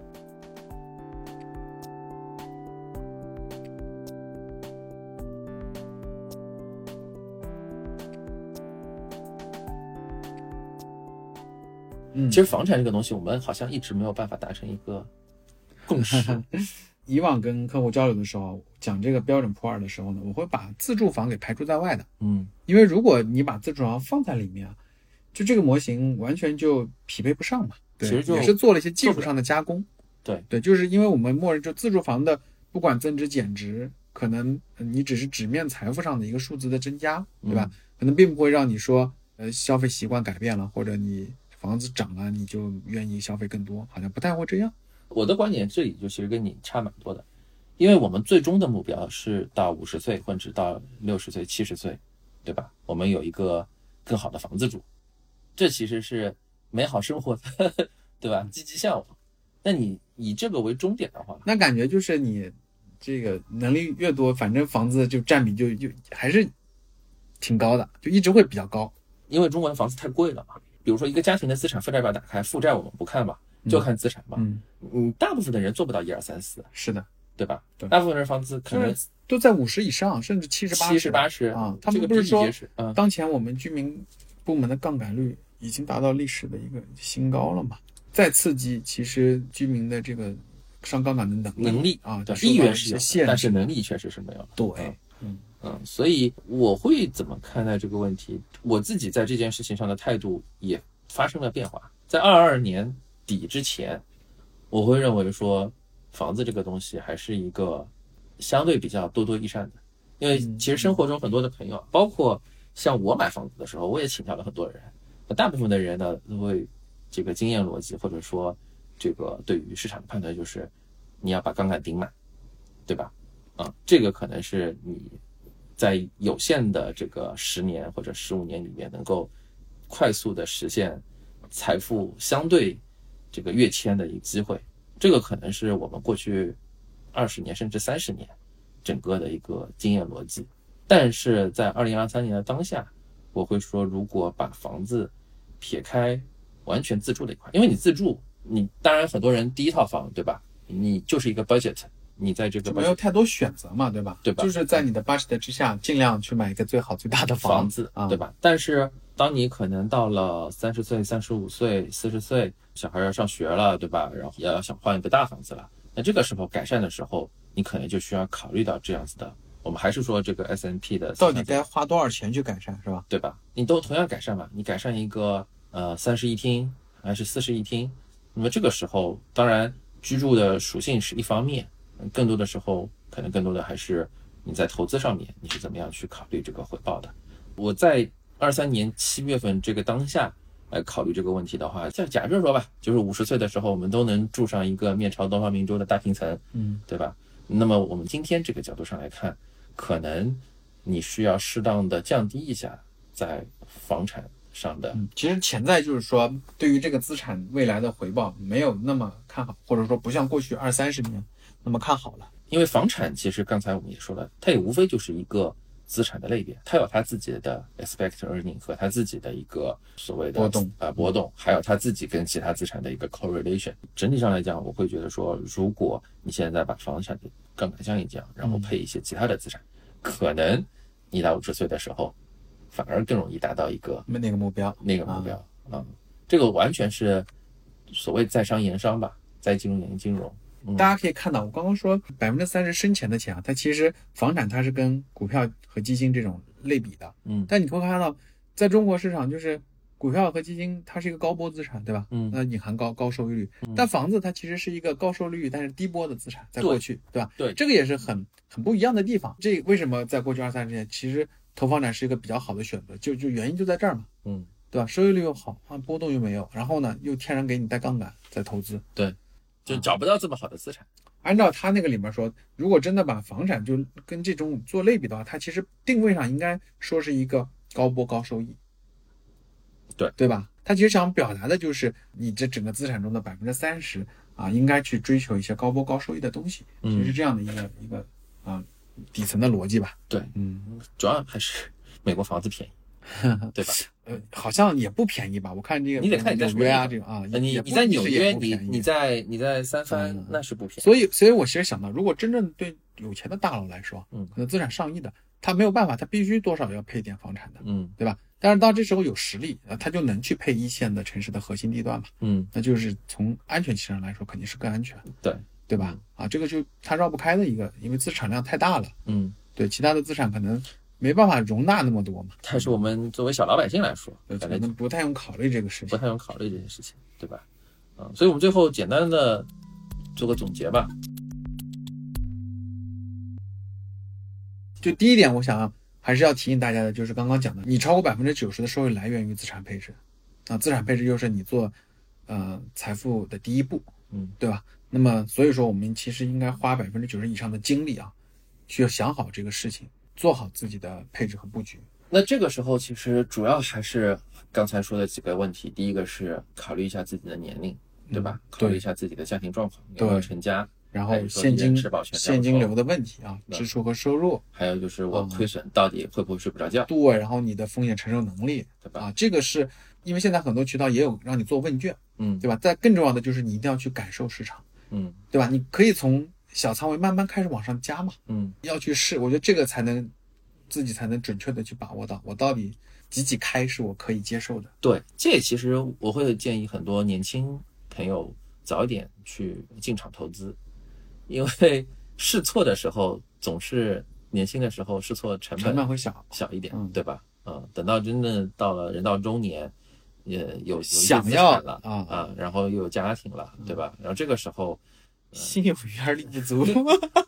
其实房产这个东西，我们好像一直没有办法达成一个共识。 以往跟客户交流的时候，讲这个标准普尔的时候呢，我会把自住房给排除在外的。因为如果你把自住房放在里面，就这个模型完全就匹配不上嘛。对，其实也是做了一些技术上的加工。对，就是因为我们默认就自住房的不管增值减值，可能你只是纸面财富上的一个数字的增加，对吧？可能并不会让你说消费习惯改变了，或者你房子涨了你就愿意消费更多，好像不太会这样。 我的观点这里就其实跟你差蛮多的，因为我们最终的目标是到50岁或者到60岁70岁，对吧？我们有一个更好的房子住，这其实是美好生活的对吧？积极向往。那你以这个为终点的话， 那感觉就是你这个能力越多，反正房子就占比就还是挺高的，就一直会比较高。 因为中国的房子太贵了嘛。比如说一个家庭的资产负债表打开，负债我们不看吧，就看资产吧。大部分的人做不到1、2、3、4， 是的， 对吧？大部分人房子可能都在50以上，甚至70、80啊。他们不是说，当前我们居民部门的杠杆率已经达到历史的一个新高了嘛？再刺激，其实居民的这个上杠杆的能力啊， 意愿是有，但是能力确实是没有。 对， 所以我会怎么看待这个问题？我自己在这件事情上的态度也发生了变化。在22年底之前，我会认为说房子这个东西还是一个相对比较多多益善的， 因为其实生活中很多的朋友，包括像我买房子的时候，我也请教了很多人，大部分的人呢都会这个经验逻辑或者说这个对于市场的判断就是你要把杠杆顶满，对吧？这个可能是你在有限的这个10年或者15年里面能够快速的实现财富相对这个跃迁的一个机会，这个可能是我们过去20年甚至30年整个的一个经验逻辑。但是在2023年的当下，我会说如果把房子撇开完全自住的一块，因为你自住，你当然很多人第一套房，对吧？你就是一个 budget， 你在这个 budget 没有太多选择嘛，对吧？ 对吧？ 就是在你的 budget 之下，尽量去买一个最好最大的房子，对吧？但是当你可能到了30岁、35岁、40岁，小孩要上学了，对吧？然后要想换一个大房子了，那这个时候改善的时候，你可能就需要考虑到这样子的。我们还是说这个 S&P 的到底该花多少钱去改善，是吧？ 对吧？你都同样改善嘛，你改善一个30一厅还是40一厅，那么这个时候当然居住的属性是一方面，更多的时候可能更多的还是你在投资上面你是怎么样去考虑这个回报的。我在23年7月份这个当下来考虑这个问题的话，像假设说吧，就是50岁的时候我们都能住上一个面朝东方明珠的大平层，对吧？那么我们今天这个角度上来看，可能你需要适当的降低一下在房产上的。 其实潜在就是说，对于这个资产未来的回报没有那么看好，或者说不像过去20-30年那么看好了。 因为房产其实刚才我们也说了，它也无非就是一个资产的类别，它有它自己的 expected earning 和它自己的一个所谓的波动，还有它自己跟其他资产的一个 correlation。整体上来讲，我会觉得说，如果你现在把房产的杠杆降一降，然后配一些其他的资产，可能你到50岁的时候，反而更容易达到一个那个目标。 这个完全是所谓在商言商吧，在金融言金融。 大家可以看到，我刚刚说30%生钱的钱啊，它其实房产它是跟股票和基金这种类比的，但你会看到，在中国市场就是股票和基金它是一个高波资产，对吧？那隐含高收益率，但房子它其实是一个高收益率但是低波的资产，在过去，对吧？ 对， 这个也是很不一样的地方。这为什么在过去20-30年，其实投房产是一个比较好的选择，就原因就在这儿嘛，对吧？收益率又好，波动又没有，然后呢又天然给你带杠杆在投资， 对。就找不到这么好的资产。 按照他那个里面说，如果真的把房产就跟这种做类比的话，它其实定位上应该说是一个高波高收益，对吧？他其实想表达的就是你这整个资产中的30%应该去追求一些高波高收益的东西，其实是这样的一个底层的逻辑吧。 对，主要还是美国房子便宜。对吧？ 好像也不便宜吧？我看这个你得看你在纽约啊，这种你在纽约，你在三藩那是不便宜。所以我其实想到，如果真正对有钱的大佬来说，可能资产上亿的，他没有办法，他必须多少要配点房产的，对吧？但是到这时候有实力，他就能去配一线的城市的核心地段嘛，那就是从安全性上来说，肯定是更安全，对吧？这个就他绕不开的一个，因为资产量太大了，对，其他的资产可能没办法容纳那么多嘛。 但是我们作为小老百姓来说， 可能不太用考虑这个事情， 不太用考虑这件事情，对吧？所以我们最后简单的做个总结吧。 就第一点，我想还是要提醒大家的，就是刚刚讲的，你超过90%的收益来源于资产配置，资产配置又是你做财富的第一步，对吧？那么所以说，我们其实应该花90%以上的精力去想好这个事情。做好自己的配置和布局。 那这个时候其实主要还是刚才说的几个问题，第一个是考虑一下自己的年龄，对吧？考虑一下自己的家庭状况，要不要成家， 然后现金流的问题支出和收入， 还有就是我亏损到底会不会睡不着觉， 对，然后你的风险承受能力， 对吧？ 这个是因为现在很多渠道也有让你做问卷，对吧？再更重要的就是你一定要去感受市场，对吧？你可以从小仓位慢慢开始往上加嘛，要去试，我觉得这个自己才能准确的去把握到我到底几开是我可以接受的。 对，这其实我会建议很多年轻朋友早一点去进场投资，因为试错的时候总是年轻的时候试错成本会小一点，对吧？等到真正到了人到中年，也有想要了然后又有家庭了，对吧？然后这个时候心有余而力不足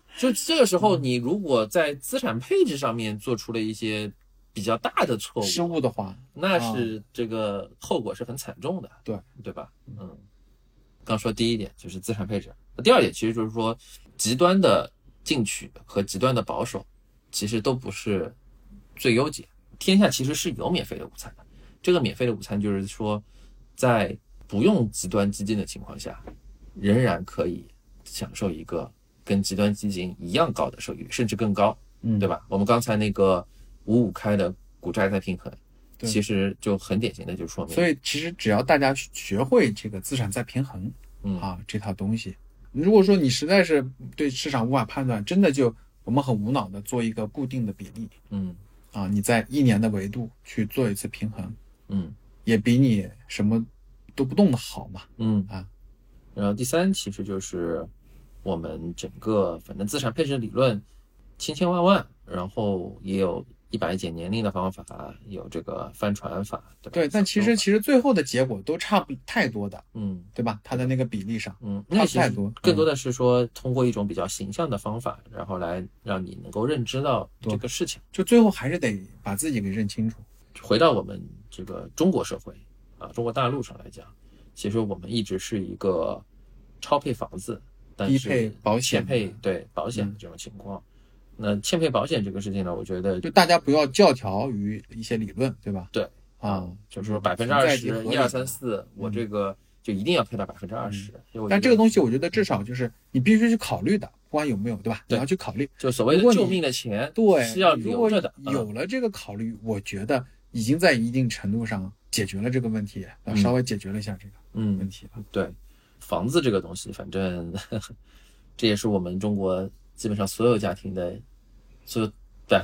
就这个时候，你如果在资产配置上面做出了一些比较大的错误、 失误的话， 那是这个后果是很惨重的，对吧？刚说第一点就是资产配置，第二点其实就是说极端的进取和极端的保守，其实都不是最优解。天下其实是有免费的午餐的，这个免费的午餐就是说，在不用极端激进的情况下，仍然可以享受一个跟极端激进一样高的收益率，甚至更高，对吧？我们刚才那个5-5开的股债再平衡，其实就很典型的就说明。 所以其实只要大家学会这个资产再平衡，这套东西，如果说你实在是对市场无法判断，真的就我们很无脑的做一个固定的比例，你在1年的维度去做一次平衡，也比你什么都不动的好嘛， 然后第三其实就是我们整个反正资产配置理论千千万万，然后也有100减年龄的方法，有这个帆船法， 对，但其实最后的结果都差不太多的，对吧？它的那个比例上，差不太多， 更多的是说通过一种比较形象的方法，然后来让你能够认知到这个事情， 就最后还是得把自己给认清楚。 回到我们这个中国社会中国大陆上来讲，其实我们一直是一个超配房子，但是低配保险， 欠配对保险的这种情况。那欠配保险这个事情呢，我觉得就大家不要教条于一些理论，对吧？ 对就是说20%、1、2、3、4，我这个就一定要配到20%。 但这个东西我觉得至少就是你必须去考虑的，不管有没有，对吧？你要去考虑， 就所谓的救命的钱，对，是要留着的。 有了这个考虑，我觉得已经在一定程度上解决了这个问题，稍微解决了一下这个问题了。 对，房子这个东西，反正这也是我们中国基本上所有家庭的所有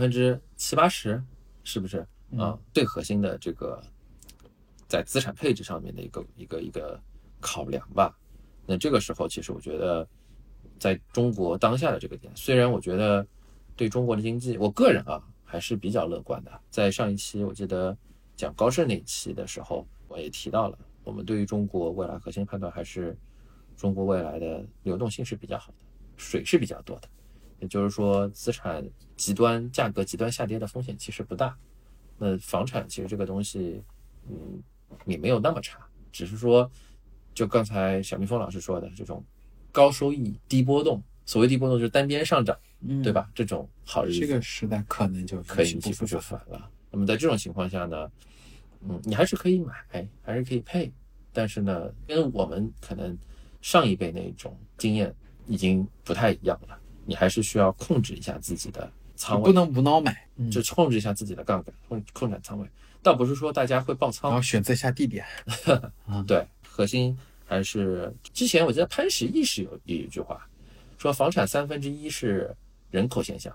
70%-80%，是不是最核心的这个在资产配置上面的一个考量吧。那这个时候其实我觉得在中国当下的这个点，虽然我觉得对中国的经济我个人还是比较乐观的。在上一期我记得讲高盛那一期的时候，我也提到了我们对于中国未来核心判断还是中国未来的流动性是比较好的，水是比较多的，也就是说资产价格极端下跌的风险其实不大。那房产其实这个东西也没有那么差，只是说就刚才小蜜蜂老师说的这种高收益低波动，所谓低波动就是单边上涨，对吧？这种好日子这个时代可能就可以一起不就反了。那么在这种情况下呢，你还是可以买，还是可以配，但是呢跟我们可能上一辈那种经验已经不太一样了，你还是需要控制一下自己的仓位， 不能无脑买， 就控制一下自己的杠杆，控制仓位。倒不是说大家会爆仓， 然后选择一下地点对，核心还是之前我记得潘石屹是有一句话说，房产1/3是人口现象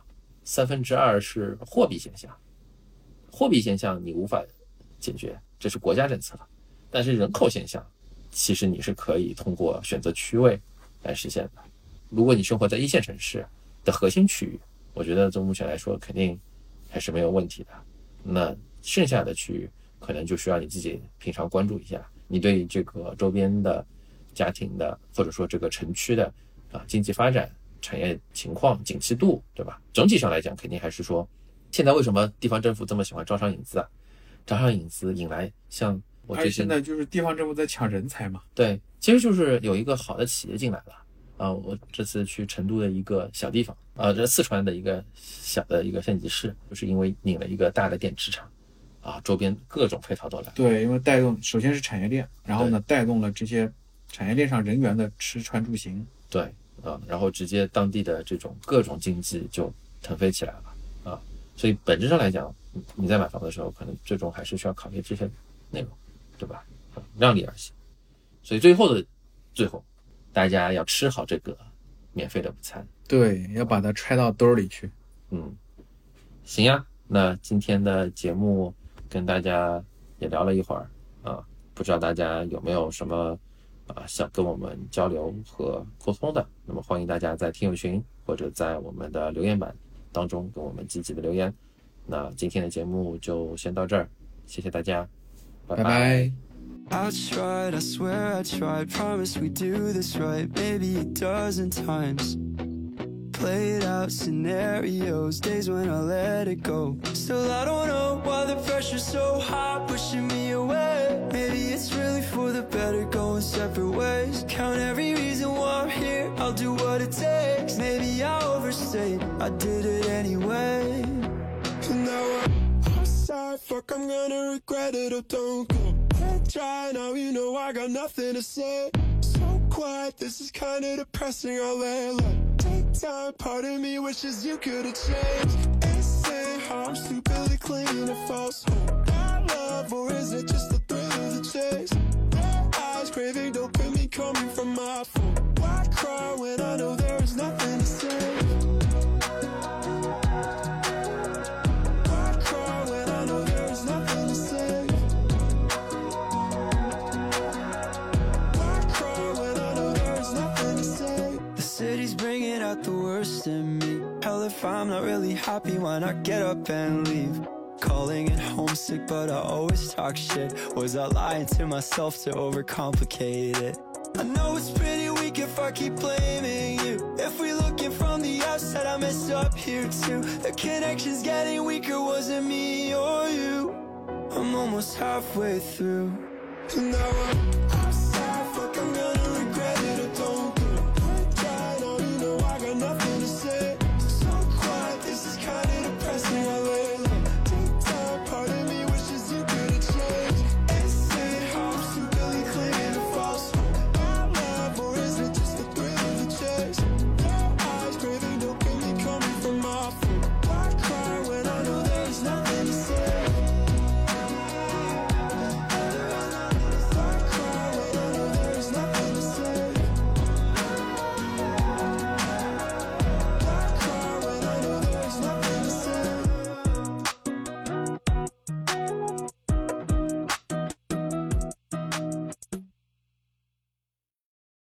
，2/3是货币现象。货币现象你无法解决，这是国家政策，但是人口现象其实你是可以通过选择区位来实现的。如果你生活在1线城市的核心区域，我觉得从目前来说肯定还是没有问题的。那剩下的区域可能就需要你自己平常关注一下，你对这个周边的家庭的或者说这个城区的经济发展、产业情况、景气度，对吧？整体上来讲肯定还是说，现在为什么地方政府这么喜欢招商引资招商引资引来像我最近， 现在就是地方政府在抢人才嘛。 对，其实就是有一个好的企业进来了我这次去成都的一个小地方这四川的一个小的一个县级市，就是因为引了一个大的电池厂周边各种配套都来。 对，因为带动首先是产业链，然后呢带动了这些产业链上人员的吃穿住行。 对然后直接当地的这种各种经济就腾飞起来了所以本质上来讲，你在买房的时候可能最终还是需要考虑这些内容，对吧？量力而行。所以最后大家要吃好这个免费的午餐， 对，要把它揣到兜里去。 行呀，那今天的节目跟大家也聊了一会儿不知道大家有没有什么想跟我们交流和沟通的，那么欢迎大家在听友群或者在我们的留言板当中跟我们积极的留言。那今天的节目就先到这儿，谢谢大家，拜拜。 I tried, I swear I tried, promise we do this right, maybe a dozen times. played out scenarios, days when I let it go. Still I don't know why the pressure's so high, pushing me away. Maybe it's really for the better, going separate ways. Count every reason why I'm here, I'll do what it takes. Maybe I overstayed, I did it anyway. And now I'm outside, fuck, I'm gonna regret it or don't go. Head dry, now you know I got nothing to say. So quiet, this is kinda depressing, I'll let like take time, part of me wishes you could've changed. Insane how I'm stupidly clinging to false hope. That love, or is it just the thrill of the chase? Red eyes craving dopamine coming from my phone. Why cry when I know there is nothing to say? Why cry when I know there is nothing to say? Why cry when I know there is nothing to say? The city's bringing out the worst in me. Hell, if I'm not really happy, why not get up and leave? Calling it homesick, but I always talk shit. Was I lying to myself to overcomplicate it? I know it's pretty weak if I keep blaming you. If we looking from the outside, I mess up here too. The connection's getting weaker, was it me or you? I'm almost halfway through. And now I'm outside, fuck, I'm gonna